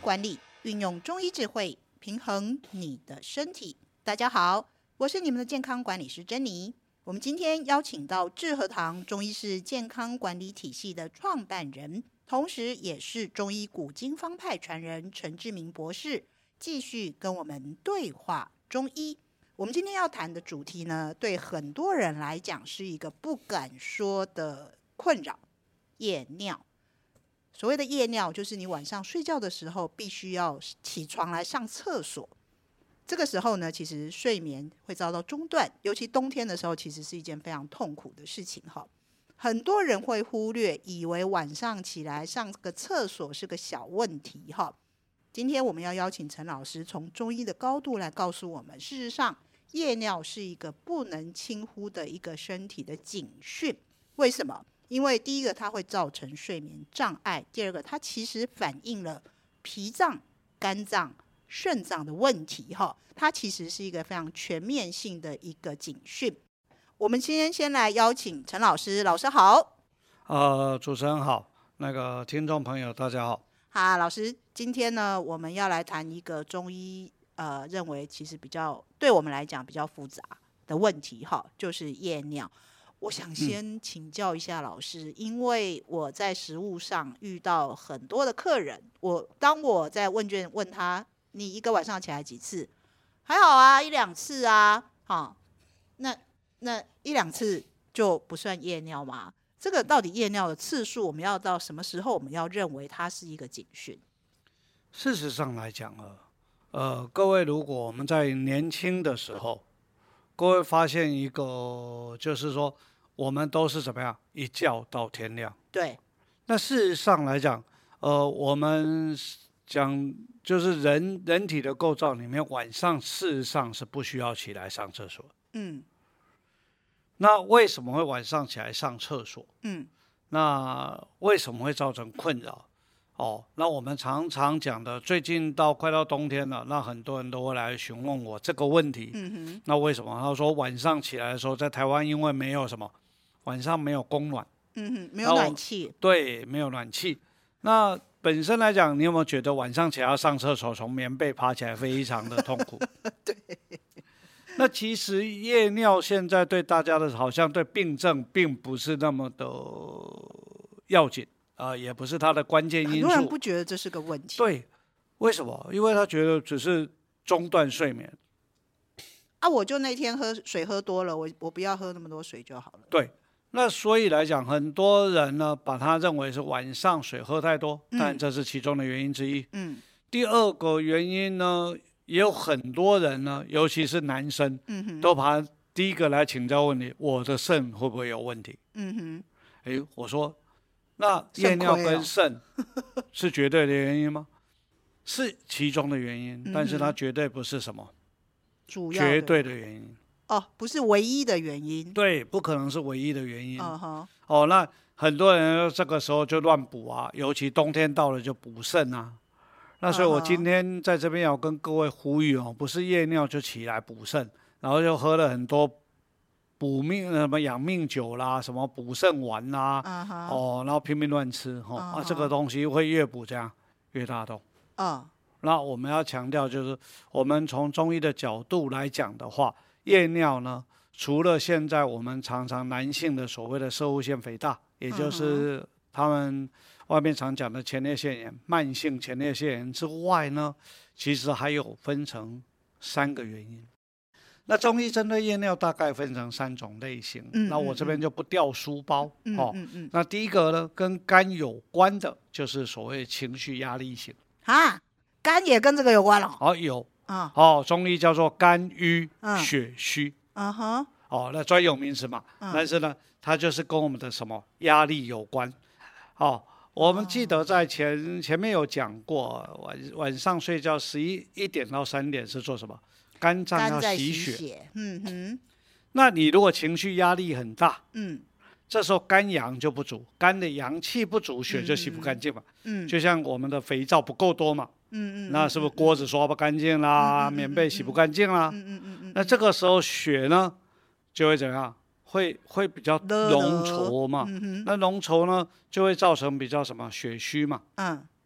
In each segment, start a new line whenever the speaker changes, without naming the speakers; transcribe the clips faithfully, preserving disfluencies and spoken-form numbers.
管理，运用中医智慧平衡你的身体。大家好，我是你们的健康管理师珍妮。我们今天邀请到致和堂中医式健康管理体系的创办人，同时也是中医古今方派传人陈志明博士，继续跟我们对话中医。我们今天要谈的主题呢，对很多人来讲是一个不敢说的困扰，夜尿。所谓的夜尿，就是你晚上睡觉的时候必须要起床来上厕所。这个时候呢，其实睡眠会遭到中断，尤其冬天的时候，其实是一件非常痛苦的事情哈。很多人会忽略，以为晚上起来上个厕所是个小问题哈。今天我们要邀请陈老师从中医的高度来告诉我们，事实上夜尿是一个不能轻忽的一个身体的警讯。为什么？因为第一个它会造成睡眠障碍，第二个它其实反映了脾脏、肝脏、肾脏的问题哈，它其实是一个非常全面性的一个警讯。我们今天先来邀请陈老师，老师好。
呃，主持人好，那个听众朋友大家好。
好，老师，今天呢我们要来谈一个中医呃认为其实比较对我们来讲比较复杂的问题哈，就是夜尿。我想先请教一下老师，嗯、因为我在实务上遇到很多的客人，我当我在问卷问他，你一个晚上起来几次？还好啊，一两次啊，哈，那那一两次就不算夜尿吗？这个到底夜尿的次数，我们要到什么时候，我们要认为它是一个警讯？
事实上来讲啊，呃，各位如果我们在年轻的时候，各位发现一个，就是说。我们都是怎么样一觉到天亮？
对。
那事实上来讲，呃，我们讲就是人人体的构造里面，晚上事实上是不需要起来上厕所。嗯。那为什么会晚上起来上厕所？嗯。那为什么会造成困扰？哦，那我们常常讲的，最近到快到冬天了，那很多人都会来询问我这个问题。嗯哼。那为什么？他说晚上起来的时候，在台湾因为没有什么。晚上没有供暖，
嗯哼，没有暖气，
对，没有暖气。那本身来讲，你有没有觉得晚上起来要上厕所，从棉被爬起来非常的痛苦？
对。
那其实夜尿现在对大家的，好像对病症并不是那么的要紧啊、呃，也不是它的关键因素。
很多人不觉得这是个问题。
对，为什么？因为他觉得只是中断睡眠。
啊，我就那天喝水喝多了，我我不要喝那么多水就好了。
对。那所以来讲，很多人呢把它认为是晚上水喝太多，但这是其中的原因之一。嗯，第二个原因呢，也有很多人呢，尤其是男生，嗯、都把第一个来请教问题：我的肾会不会有问题？嗯哼，哎，我说，那夜尿跟肾是绝对的原因吗？是其中的原因，但是它绝对不是什么
主要
绝对的原因。
哦，不是唯一的原因。
对，不可能是唯一的原因。
Uh-huh.
哦，那很多人这个时候就乱补啊，尤其冬天到了就补肾啊。那所以我今天在这边要跟各位呼吁哦，不是夜尿就起来补肾，然后就喝了很多补命什么养命酒啦，什么补肾丸啦， uh-huh. 哦，然后拼命乱吃哦， uh-huh. 啊，这个东西会越补这样越大洞。Uh-huh. 那我们要强调就是，我们从中医的角度来讲的话。夜尿呢，除了现在我们常常男性的所谓的攝護腺肥大，也就是他们外面常讲的前列腺炎、慢性前列腺炎之外呢，其实还有分成三个原因。那中医针对夜尿大概分成三种类型，嗯、那我这边就不掉书包、嗯哦嗯嗯、那第一个呢，跟肝有关的，就是所谓情绪压力型。
啊，肝也跟这个有关了？
哦，有。Uh, 哦，中医叫做肝郁血虚，
嗯哼，
哦，那专有名词嘛， uh, 但是呢，它就是跟我们的什么压力有关。哦，我们记得在前、uh, 前面有讲过，晚晚上睡觉十一一点到三点是做什么？肝脏要洗血，
洗血嗯哼。
那你如果情绪压力很大，
嗯，
这时候肝阳就不足，肝的阳气不足，血就洗不干净嘛。嗯，就像我们的肥皂不够多嘛。嗯嗯，那是不是锅子刷不干净啦，嗯嗯、棉被洗不干净啦？嗯嗯嗯嗯，那这个时候血呢就会怎样？会会比较浓稠嘛。嗯、那浓稠呢就会造成比较什么血虚嘛。嗯，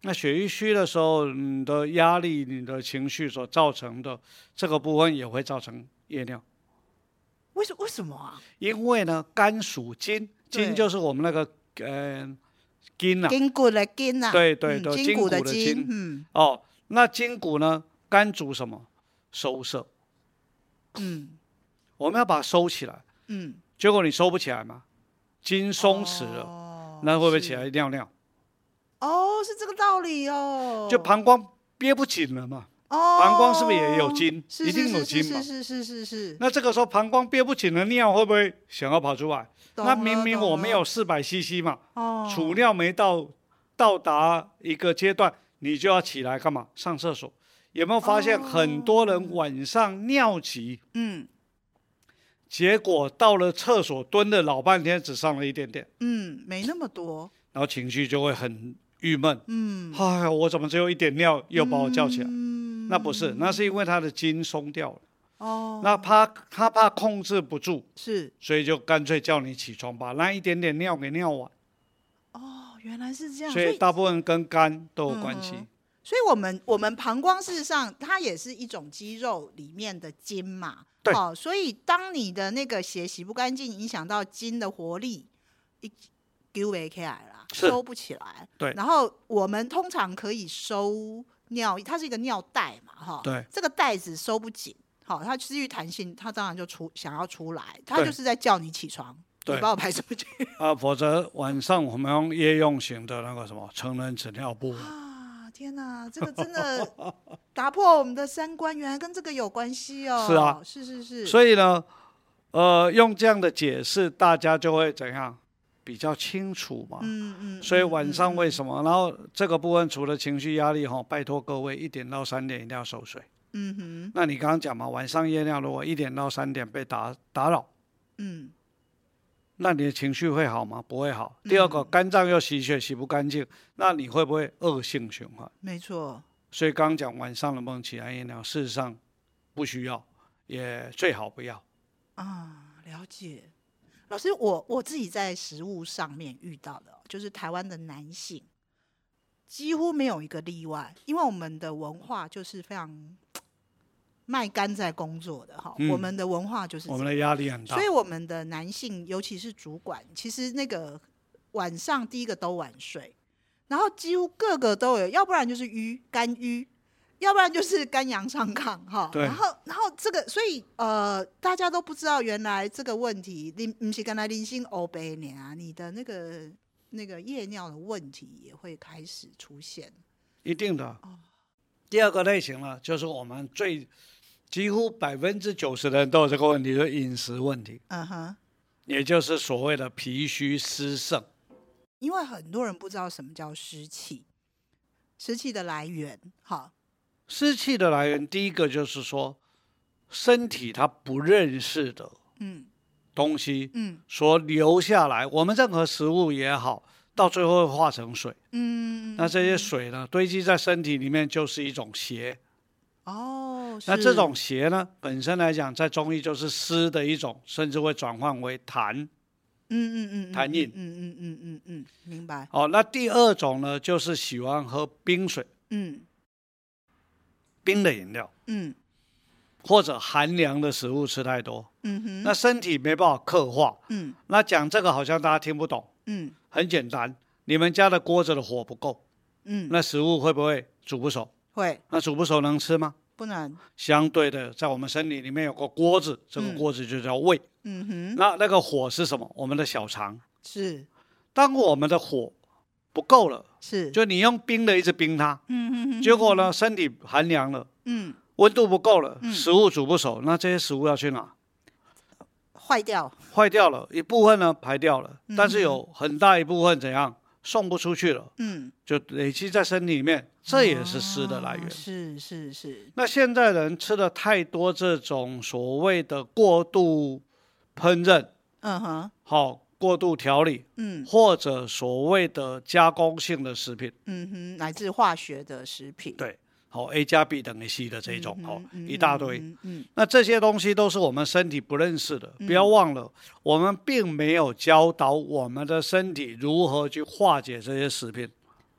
那血液虚的时候，你的压力、你的情绪所造成的这个部分也会造成夜尿。
为什为什么啊？
因为呢，肝属金，金就是我们那个呃筋啊，
筋骨的筋啊，
对对对，
嗯、筋
筋骨
的
的筋。
嗯，
哦，那筋骨呢，肝主什么？收摄。
嗯，
我们要把它收起来。
嗯，
结果你收不起来嘛，筋松弛了，
哦、
那会不会起来尿尿？
哦，是这个道理哦。
就膀胱憋不紧了嘛。
哦，
膀胱是不是也有筋？
是
一定有筋嘛。
是是是是是。
那这个时候膀胱憋不紧了，尿会不会想要跑出来？那明明我们有四百 C C 嘛，
哦，
储尿没到到达一个阶段，你就要起来干嘛？上厕所。有没有发现很多人晚上尿急？
嗯。
结果到了厕所蹲了老半天，只上了一点点。
嗯，没那么多。
然后情绪就会很郁闷。
嗯，
哎，我怎么只有一点尿，又把我叫起来？
嗯，
那不是，那是因为他的筋松掉了。
哦，
那怕他怕控制不住，
是，
所以就干脆叫你起床，把那一点点尿给尿完。
哦，原来是这样。
所以大部分跟肝都有关系。
嗯，所以我们我们膀胱事实上它也是一种肌肉里面的筋嘛。
对，
哦，所以当你的那个血洗不干净，影响到筋的活力，一丢不起来啦，收不起来。
对，
然后我们通常可以收尿，它是一个尿袋嘛，哈。
对，
这个袋子收不紧，好，它基于弹性，它当然就出想要出来，它就是在叫你起床，你把我排出去
啊，否则晚上我们用夜用型的那个什么成人纸尿布。
天哪，这个真的打破我们的三观，原来跟这个有关系哦。
是啊，
是是是。
所以呢，呃，用这样的解释，大家就会怎样比较清楚嘛。
嗯嗯。
所以晚上为什么？嗯、然后这个部分除了情绪压力哈，拜托各位一点到三点一定要守水。
嗯哼。
那你刚刚讲嘛，晚上夜尿如果一点到三点被打打扰，嗯。那你的情绪会好吗？不会好。第二个，肝脏又洗血洗不干净，那你会不会恶性循环？
没错。
所以刚刚讲晚上能不能起来夜尿，事实上不需要，也最好不要。
啊，了解。老师，我我自己在食物上面遇到的，就是台湾的男性几乎没有一个例外，因为我们的文化就是非常卖肝在工作的哈、嗯，我们的文化就是
我们的压力很大，
所以我们的男性，尤其是主管，其实那个晚上第一个都晚睡，然后几乎个个都有，要不然就是淤肝郁，要不然就是肝阳上亢哈。然后然后这个，所以呃，大家都不知道原来这个问题，你不是刚才零星欧杯呢，你的那个那个夜尿的问题也会开始出现，
一定的。哦、第二个类型呢，就是我们最。几乎百分之九十的人都有这个问题，就是饮食问题。嗯哼，也就是所谓的脾虚湿盛。
因为很多人不知道什么叫湿气，湿气的来源。好，
湿气的来源，第一个就是说，身体它不认识的嗯东西，嗯，所留下来，我们任何食物也好，到最后会化成水。嗯，那这些水呢，堆积在身体里面就是一种邪。哦，那这种邪呢，本身来讲，在中医就是湿的一种，甚至会转换为痰。嗯嗯嗯，痰饮。嗯嗯嗯嗯嗯，
明白。
哦，那第二种呢，就是喜欢喝冰水。嗯，冰的饮料。嗯，或者寒凉的食物吃太多。嗯哼，那身体没办法克化。嗯，那讲这个好像大家听不懂。嗯，很简单，你们家的锅子的火不够。嗯，那食物会不会煮不熟？
会。
那煮不熟能吃吗？
不能。
相对的，在我们身体里面有个锅子，这个锅子就叫胃。嗯哼。那那个火是什么？我们的小肠。
是。
当我们的火不够了，
是，
就你用冰的一直冰它，嗯哼哼，结果呢，身体寒凉了，嗯，温度不够了，嗯，食物煮不熟，那这些食物要去哪？
坏掉。
坏掉了，一部分呢排掉了，嗯，但是有很大一部分怎样？送不出去了，嗯，就累积在身体里面，这也是湿的来源。哦，
是是是。
那现在人吃了太多这种所谓的过度烹饪，嗯哼，好，过度调理，嗯，或者所谓的加工性的食品，
嗯哼，乃至化学的食品，
对。好 ，A 加 B 等于 C 的这种，好，嗯，一大堆，嗯嗯。那这些东西都是我们身体不认识的，嗯，不要忘了，我们并没有教导我们的身体如何去化解这些食品，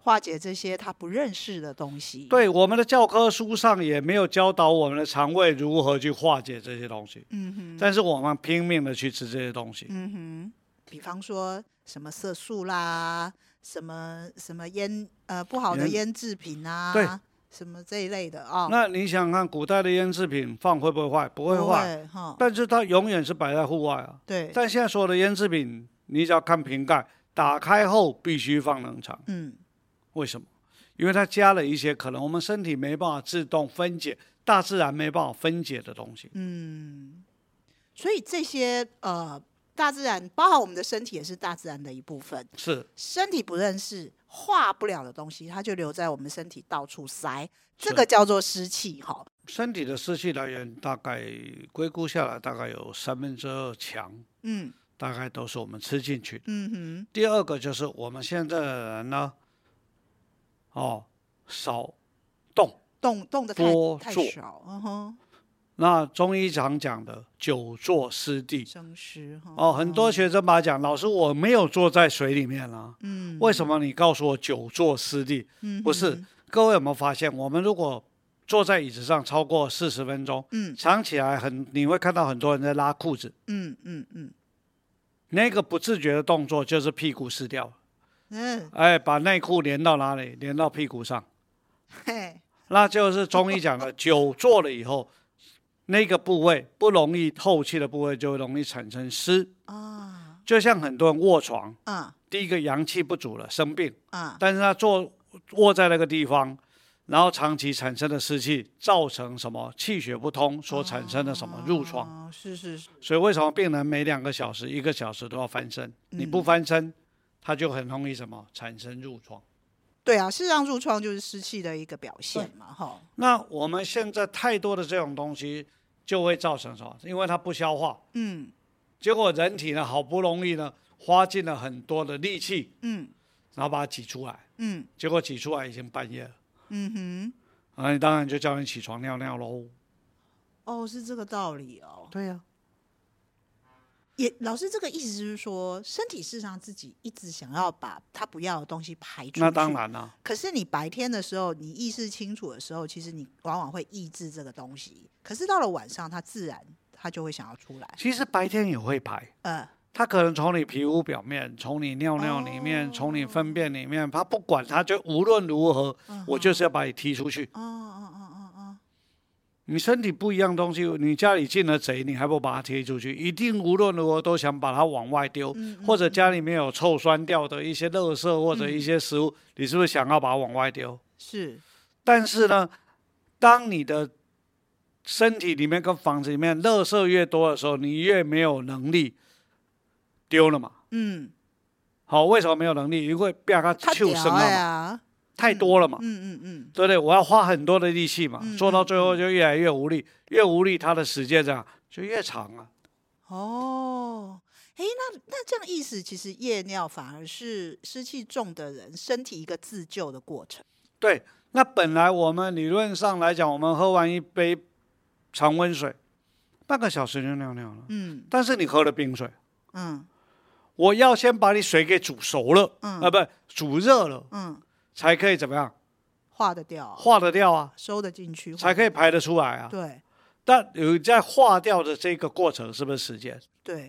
化解这些他不认识的东西。
对，我们的教科书上也没有教导我们的肠胃如何去化解这些东西。
嗯哼，
但是我们拼命的去吃这些东西。
嗯哼，比方说什么色素啦，什么什么腌呃不好的腌制品啊，
对，
什么这一类的啊、哦。
那你想看古代的腌制品放会不会坏？不会坏，
哦、
但是它永远是摆在户外啊。
对。
但现在所有的腌制品，你只要看瓶盖，打开后必须放冷藏。
嗯。
为什么？因为它加了一些可能我们身体没办法自动分解、大自然没办法分解的东西。
嗯，所以这些呃，大自然包含我们的身体也是大自然的一部分。
是，
身体不认识、化不了的东西，它就留在我们身体到处塞，这个叫做湿气哈。
身体的湿气来源大概归估下来，大概有三分之二强。
嗯。
大概都是我们吃进去的。
嗯哼。
第二个就是我们现在的人呢。哦，少动，
动动的太太少，嗯哼。
那中医常讲的久坐湿地，
生湿哈。
哦，很多学生把他讲，老师我没有坐在水里面啊，
嗯，
为什么你告诉我久坐湿地？
嗯，
不是，各位有没有发现，我们如果坐在椅子上超过四十分钟，
嗯，
长起来很，你会看到很多人在拉裤子，
嗯嗯嗯，
那个不自觉的动作就是屁股湿掉了。
嗯，
哎，把内裤连到哪里？连到屁股上，
嘿，
那就是中医讲的，久坐了以后，那个部位不容易透气的部位就容易产生湿啊。就像很多人卧床，啊，第一个阳气不足了，生病啊，但是他坐卧在那个地方，然后长期产生的湿气，造成什么气血不通所产生的什么褥疮。
哦，是是是。
所以为什么病人每两个小时、一个小时都要翻身？嗯、你不翻身。它就很容易什么产生褥疮。
对啊，事实上褥疮就是湿气的一个表现嘛，哈。
那我们现在太多的这种东西，就会造成什么？因为它不消化，嗯，结果人体呢好不容易呢花尽了很多的力气，嗯，然后把它挤出来，嗯，结果挤出来已经半夜了，嗯哼，啊，你当然就叫你起床尿尿喽。
哦，是这个道理哦。
对呀、啊。
也老师这个意思就是说，身体事实上自己一直想要把他不要的东西排出去。
那当然啦、啊。
可是你白天的时候，你意识清楚的时候，其实你往往会抑制这个东西。可是到了晚上，它自然它就会想要出来。
其实白天也会排，呃，它可能从你皮肤表面，从你尿尿里面，从、哦、你粪便里面，它不管，它就无论如何，嗯、我就是要把你踢出去。哦哦哦哦哦。你身体不一样东西，你家里进了贼，你还不把它踢出去？一定无论如何都想把它往外丢，嗯嗯、或者家里面有臭酸掉的一些垃圾或者一些食物，嗯、你是不是想要把它往外丢？
是。
但是呢，当你的身体里面跟房子里面垃圾越多的时候，你越没有能力丢了嘛。嗯。好，为什么没有能力？因为不要它臭生了嘛。太多了嘛，嗯嗯嗯，对不对？我要花很多的力气嘛，嗯、做到最后就越来越无力，嗯、越无力，它的时间这样就越长啊。
哦，哎，那那这样意思，其实夜尿反而是湿气重的人身体一个自救的过程。
对，那本来我们理论上来讲，我们喝完一杯常温水，半个小时就尿尿了，嗯，但是你喝了冰水，嗯，我要先把你水给煮熟了，嗯，啊，不，煮热了，嗯。才可以怎么样？
化得掉，
化得掉啊，
收得进去，
才可以排得出来啊。
对，
但有在化掉的这个过程，是不是时间？
对。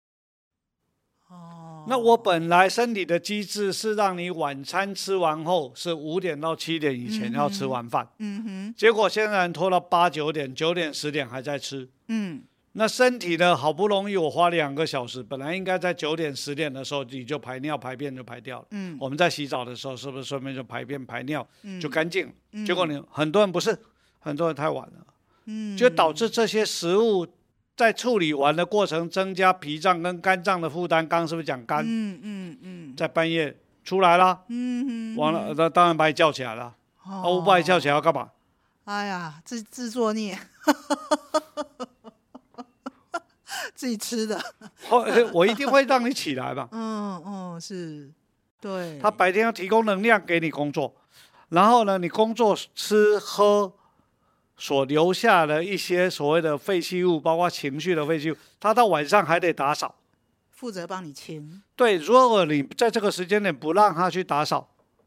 哦。
那我本来身体的机制是让你晚餐吃完后是五点到七点以前要吃完饭，嗯哼。结果现在人拖到八九点、九点、十点还在吃，嗯。那身体呢？好不容易我花两个小时，本来应该在九点十点的时候你就排尿排便就排掉了。嗯，我们在洗澡的时候是不是顺便就排便排尿、嗯、就干净了？嗯、结果你很多人不是，很多人太晚了，嗯，就导致这些食物在处理完的过程增加脾脏跟肝脏的负担。刚刚是不是讲肝？嗯嗯嗯，在半夜出来了，嗯嗯，完了，那当然把你叫起来了。哦，我、啊、把你叫起来要干嘛？
哎呀，自自作孽。自己吃的，
我一定会让你起来嘛。
嗯嗯，是，对。
他白天要提供能量给你工作，然后呢，你工作吃喝所留下的一些所谓的废弃物，包括情绪的废弃物，他到晚上还得打扫，
负责帮你清。
对，如果你在这个时间点不让他去打扫，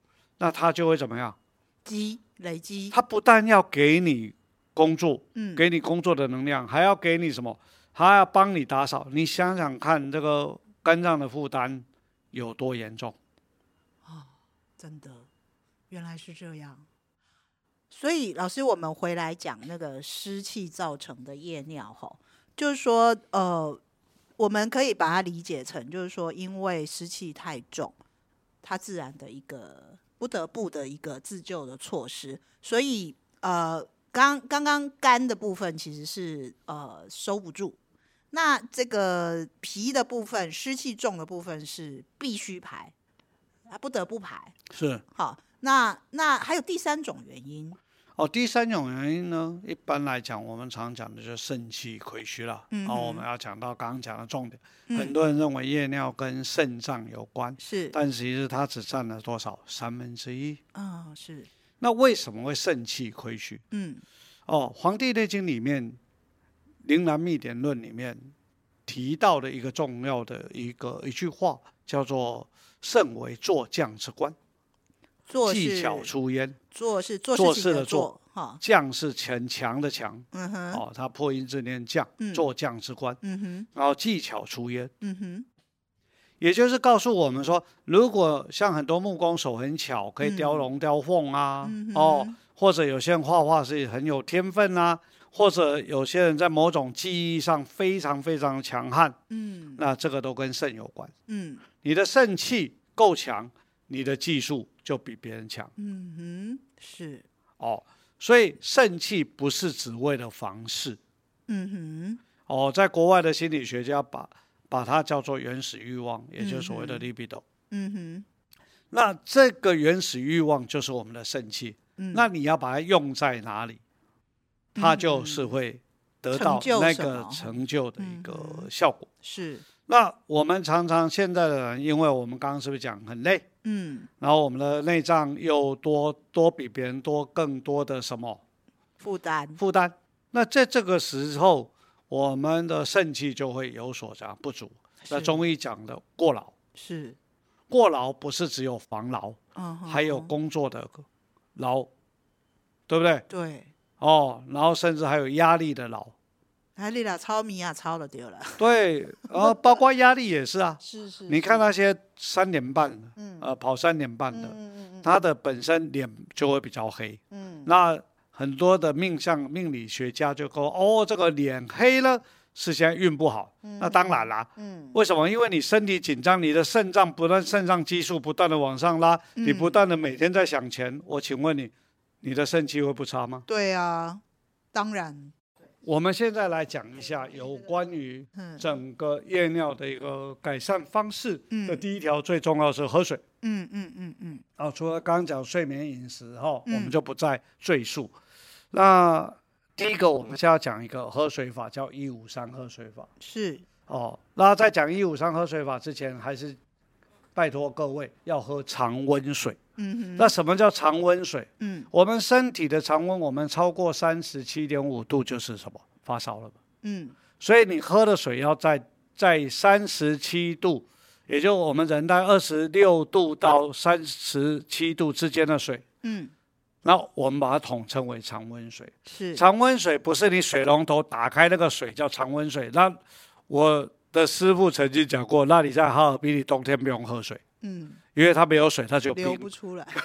那它就会怎么样？
积累积。
它不但要给你工作，
嗯，
给你工作的能量，还要给你什么？还要帮你打扫。你想想看，这个肝脏的负担有多严重？
哦，真的，原来是这样。所以老师，我们回来讲那个湿气造成的夜尿吼，就是说，呃，我们可以把它理解成，就是说，因为湿气太重，它自然的一个不得不的一个自救的措施。所以，呃，刚刚刚肝的部分其实是呃收不住，那这个脾的部分，湿气重的部分是必须排，啊，不得不排。
是。
好，那那还有第三种原因。
哦，第三种原因呢，一般来讲，我们常讲的就是肾气亏虚了。嗯，哦，我们要讲到刚刚讲的重点。嗯、很多人认为夜尿跟肾脏有关，
是，
但其实它只占了多少？三分之一。
啊、哦，是。
那为什么会肾气亏虚？嗯，哦，《黄帝内经》里面《灵南秘典论》里面提到的一个重要的一个一句话，叫做“肾为坐将之官”。技巧出焉，
做是做
做
事
的做，将是很强的强，嗯哼，哦，他破音字念将，做将之官，嗯哼，然后技巧出焉，嗯哼，也就是告诉我们说，如果像很多木工手很巧，可以雕龙雕凤啊，嗯、哦，或者有些人画画是很有天分啊，或者有些人在某种技艺上非常非常强悍，嗯，那这个都跟肾有关，嗯，你的肾气够强，你的技术就比别人强。嗯哼，是哦，所以肾气不是只为了房事。嗯哼，哦，在国外的心理学家把把它叫做原始欲望，也就是所谓的 libido。嗯哼，那这个原始欲望就是我们的肾气。嗯，那你要把它用在哪里，它就是会得到那个成就的一个效果。嗯、是。那我们常常现在的人，因为我们刚刚是不是讲很累？嗯，然后我们的内脏又多多比别人多更多的什么
负担？
负担。那在这个时候，我们的肾气就会有所这样不足。那中医讲的过劳
是
过劳，不是只有防劳，嗯、还有工作的劳，对不对？
对。
哦，然后甚至还有压力的劳。
压力啦，超米啊，超了丢了。
对，然后包括压力也是啊。
是是。
你看那些三点半的，嗯、呃，跑三点半的，嗯嗯嗯、他的本身脸就会比较黑。嗯。那很多的命相命理学家就说，哦，这个脸黑了是现在运不好。嗯、那当然啦。嗯。为什么？因为你身体紧张，你的肾脏不断，肾上激素不断的往上拉，嗯、你不断的每天在想钱。我请问你，你的肾气会不差吗？
对啊，当然。
我们现在来讲一下有关于整个夜尿的一个改善方式的第一条，最重要是喝水。嗯嗯嗯嗯。啊，除了刚刚讲睡眠饮食哈，我们就不再赘述。那第一个，我们现在要讲一个喝水法，叫一五三喝水法。
是。
哦，那在讲一五三喝水法之前，还是拜托各位要喝常温水。嗯，那什么叫常温水？嗯，我们身体的常温，我们超过三十七点五度就是什么发烧了。嗯，所以你喝的水要在在三十七度，也就我们人在二十六度到三十七度之间的水。嗯，那我们把它统称为常温水。是，常温水不是你水龙头打开那个水叫常温水。那我的师父曾经讲过，那你在哈尔滨，你冬天不用喝水。嗯。因为它没有水，它就冰
流不出来。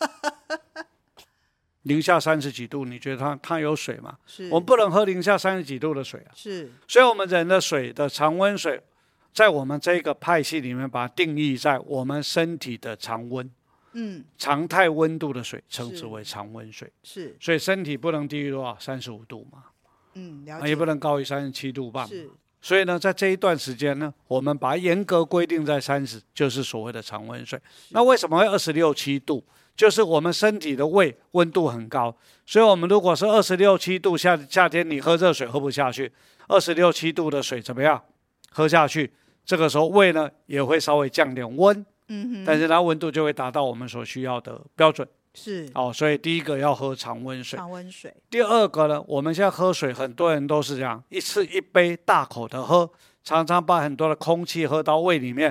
零下三十几度，你觉得它它有水吗？是。我们不能喝零下三十几度的水啊。
是。
所以，我们人的水的常温水，在我们这个派系里面，把它定义在我们身体的常温。嗯。常态温度的水称之为常温水。是。所以身体不能低于多少？三十五度嘛。嗯，了解。也不能高于三十七度半。是。所以呢，在这一段时间呢，我们把它严格规定在三十，就是所谓的常温水。那为什么会二十六七度？就是我们身体的胃温度很高，所以我们如果是二十六七度夏夏天，你喝热水喝不下去，二十六七度的水怎么样？喝下去，这个时候胃呢也会稍微降点温，嗯哼，但是它温度就会达到我们所需要的标准。是哦，所以第一个要喝常温水。
常温水。
第二个呢，我们现在喝水，很多人都是这样，一次一杯大口的喝，常常把很多的空气喝到胃里面，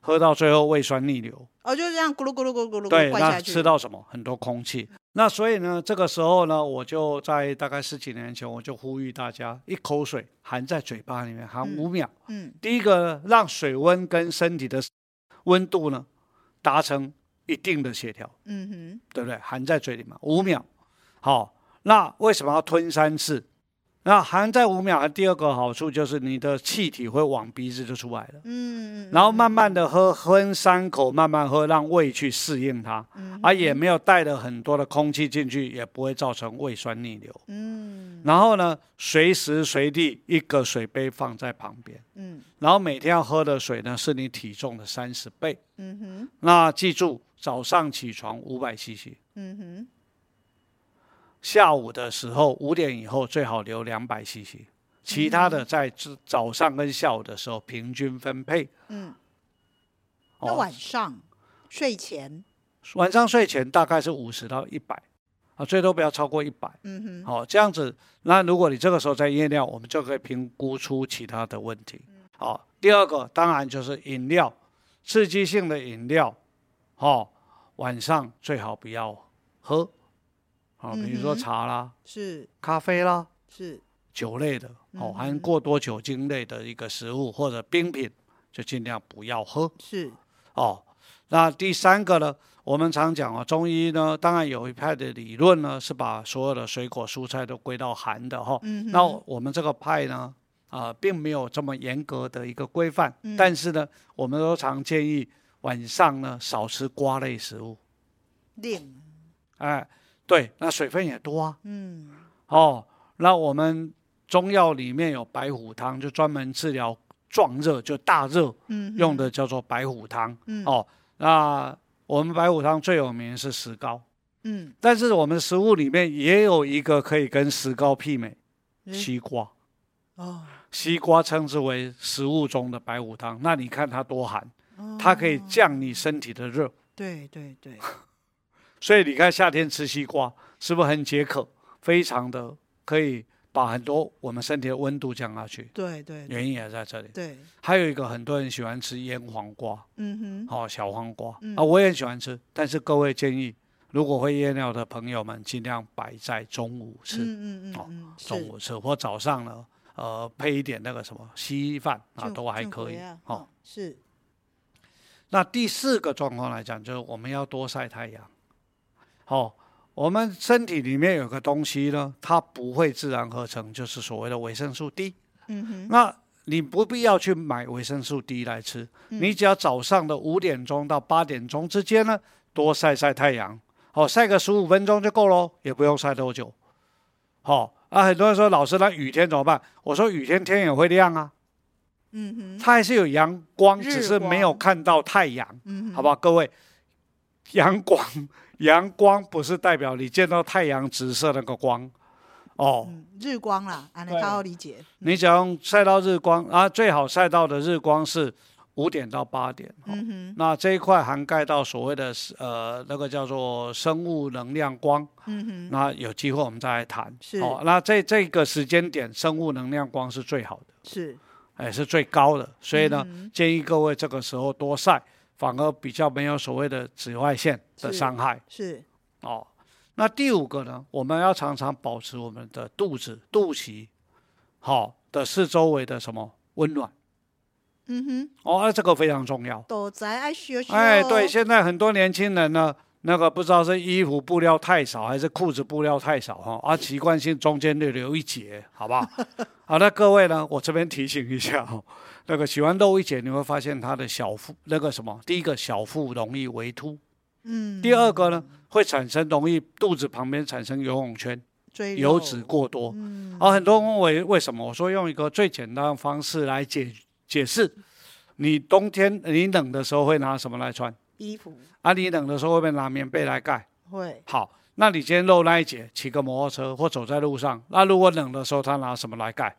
喝到最后胃酸逆流。
哦，就这样咕噜咕噜咕噜咕噜
对，
灌下去。
那吃到什么？很多空气。那所以呢，这个时候呢，我就在大概十几年前，我就呼吁大家，一口水含在嘴巴里面，含五秒。
嗯，
第一个，让水温跟身体的温度呢达成一定的协调。嗯哼，对不对？含在嘴里嘛，五秒。好，那为什么要吞三次？那含在五秒，第二个好处就是你的气体会往鼻子就出来了。嗯，然后慢慢的喝，分三口慢慢喝，让胃去适应它。嗯，啊，也没有带了很多的空气进去，也不会造成胃酸逆流。嗯，然后呢，随时随地一个水杯放在旁边。嗯，然后每天要喝的水呢，是你体重的三十倍。嗯哼，那记住，早上起床五百 C C。嗯哼。下午的时候五点以后最好留两百 C C， 其他的在早上跟下午的时候平均分配。嗯，
那晚上睡前，
晚上睡前大概是五十到一百，啊，最多不要超过一百。嗯哼，好，这样子，那如果你这个时候在夜尿，我们就可以评估出其他的问题。好，第二个当然就是饮料，刺激性的饮料，哦，晚上最好不要喝。哦，比如说茶啦，
是
咖啡啦，
是
酒类的，哦，含过多酒精类的一个食物或者冰品，就尽量不要喝。
是
哦，那第三个呢，我们常讲啊，中医呢，当然有一派的理论呢，是把所有的水果蔬菜都归到寒的哈。嗯，那我们这个派呢，啊、呃，并没有这么严格的一个规范，嗯、但是呢，我们都常建议晚上呢少吃瓜类食物。
令，
哎。对，那水分也多啊。嗯，哦，那我们中药里面有白虎汤，就专门治疗壮热，就大热，嗯，用的叫做白虎汤。嗯，哦，那我们白虎汤最有名是石膏。嗯，但是我们食物里面也有一个可以跟石膏媲美，西瓜。哦，西瓜称之为食物中的白虎汤，那你看它多寒，哦、它可以降你身体的热。
对对对。
所以你看夏天吃西瓜是不是很解渴，非常的可以把很多我们身体的温度降下去。
对 对, 对，
原因也在这里。
对，
还有一个很多人喜欢吃腌黄瓜，嗯哼，好、哦、小黄瓜、嗯、啊，我也很喜欢吃，但是各位建议，如果会夜尿的朋友们，尽量摆在中午吃，嗯嗯嗯、哦，中午吃或早上呢，呃，配一点那个什么稀饭啊，都还可以。
啊、哦，是。
那第四个状况来讲，就是我们要多晒太阳。好、哦，我们身体里面有个东西呢，它不会自然合成，就是所谓的维生素 D。嗯哼，那你不必要去买维生素 D 来吃，嗯、你只要早上的五点钟到八点钟之间呢，多晒晒太阳。好、哦，晒个十五分钟就够咯，也不用晒多久。好、哦，啊，很多人说老师，那雨天怎么办？我说雨天天也会亮啊。嗯哼，它还是有阳光，只是没有看到太阳。嗯，好不好，各位？阳光。阳光不是代表你见到太阳直射那个光，哦，
嗯、日光啦，安尼较好理解。
你只要晒到日光啊，最好晒到的日光是五点到八点、哦嗯哼，那这一块涵盖到所谓的呃那个叫做生物能量光，嗯哼，那有机会我们再来谈。
是，
哦，那这这个时间点，生物能量光是最好的，
是，
哎是最高的，所以呢，嗯、建议各位这个时候多晒。反而比较没有所谓的紫外线的伤害。
是, 是
哦，那第五个呢，我们要常常保持我们的肚子、肚脐，好、哦、的四周围的什么温暖。嗯哼，哦，那这个非常重要。
都在爱羞羞。
哎，对，现在很多年轻人呢，那个不知道是衣服布料太少，还是裤子布料太少哈，啊，习惯性中间就留一截，好不好？好，那各位呢，我这边提醒一下哈。那个喜欢露一截，你会发现他的小腹那个什么，第一个小腹容易微凸，嗯，第二个呢会产生容易肚子旁边产生游泳圈，油脂过多，嗯，啊，很多人问我为什么，我说用一个最简单的方式来解解释，你冬天你冷的时候会拿什么来穿？
衣服
啊，你冷的时候会不会拿棉被来盖？
会。
好，那你今天露那一截，骑个摩托车或走在路上，那如果冷的时候，他拿什么来盖？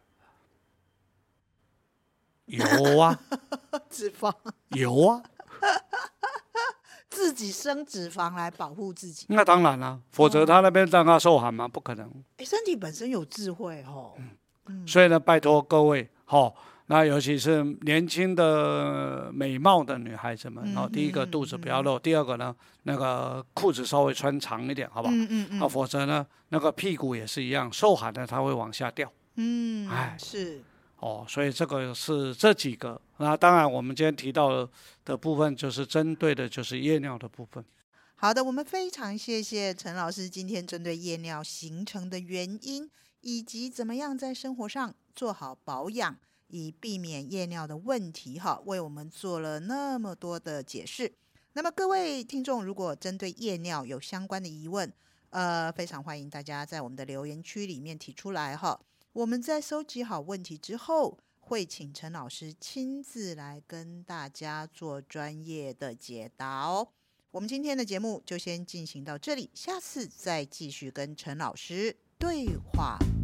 油啊，
脂肪，
油啊，
自己生脂肪来保护自己。
那当然了、啊，否则他那边让他受寒吗？不可能。
哎，身体本身有智慧哦。嗯，
所以呢，拜托各位，哈、哦， 那尤其是年轻的美貌的女孩子们，
嗯
哦，第一个
嗯
肚子不要露，第二个呢，那个裤子稍微穿长一点，好不好？
嗯嗯嗯
啊，否则呢，那个屁股也是一样，受寒的它会往下掉。
嗯，
哎，
是。
哦，所以这个是这几个。那当然，我们今天提到的部分，就是针对的就是夜尿的部分。
好的，我们非常谢谢陈老师今天针对夜尿形成的原因，以及怎么样在生活上做好保养，以避免夜尿的问题，哈，为我们做了那么多的解释。那么各位听众，如果针对夜尿有相关的疑问，呃，非常欢迎大家在我们的留言区里面提出来哈。我们在收集好问题之后，会请陈老师亲自来跟大家做专业的解答哦。我们今天的节目就先进行到这里，下次再继续跟陈老师对话。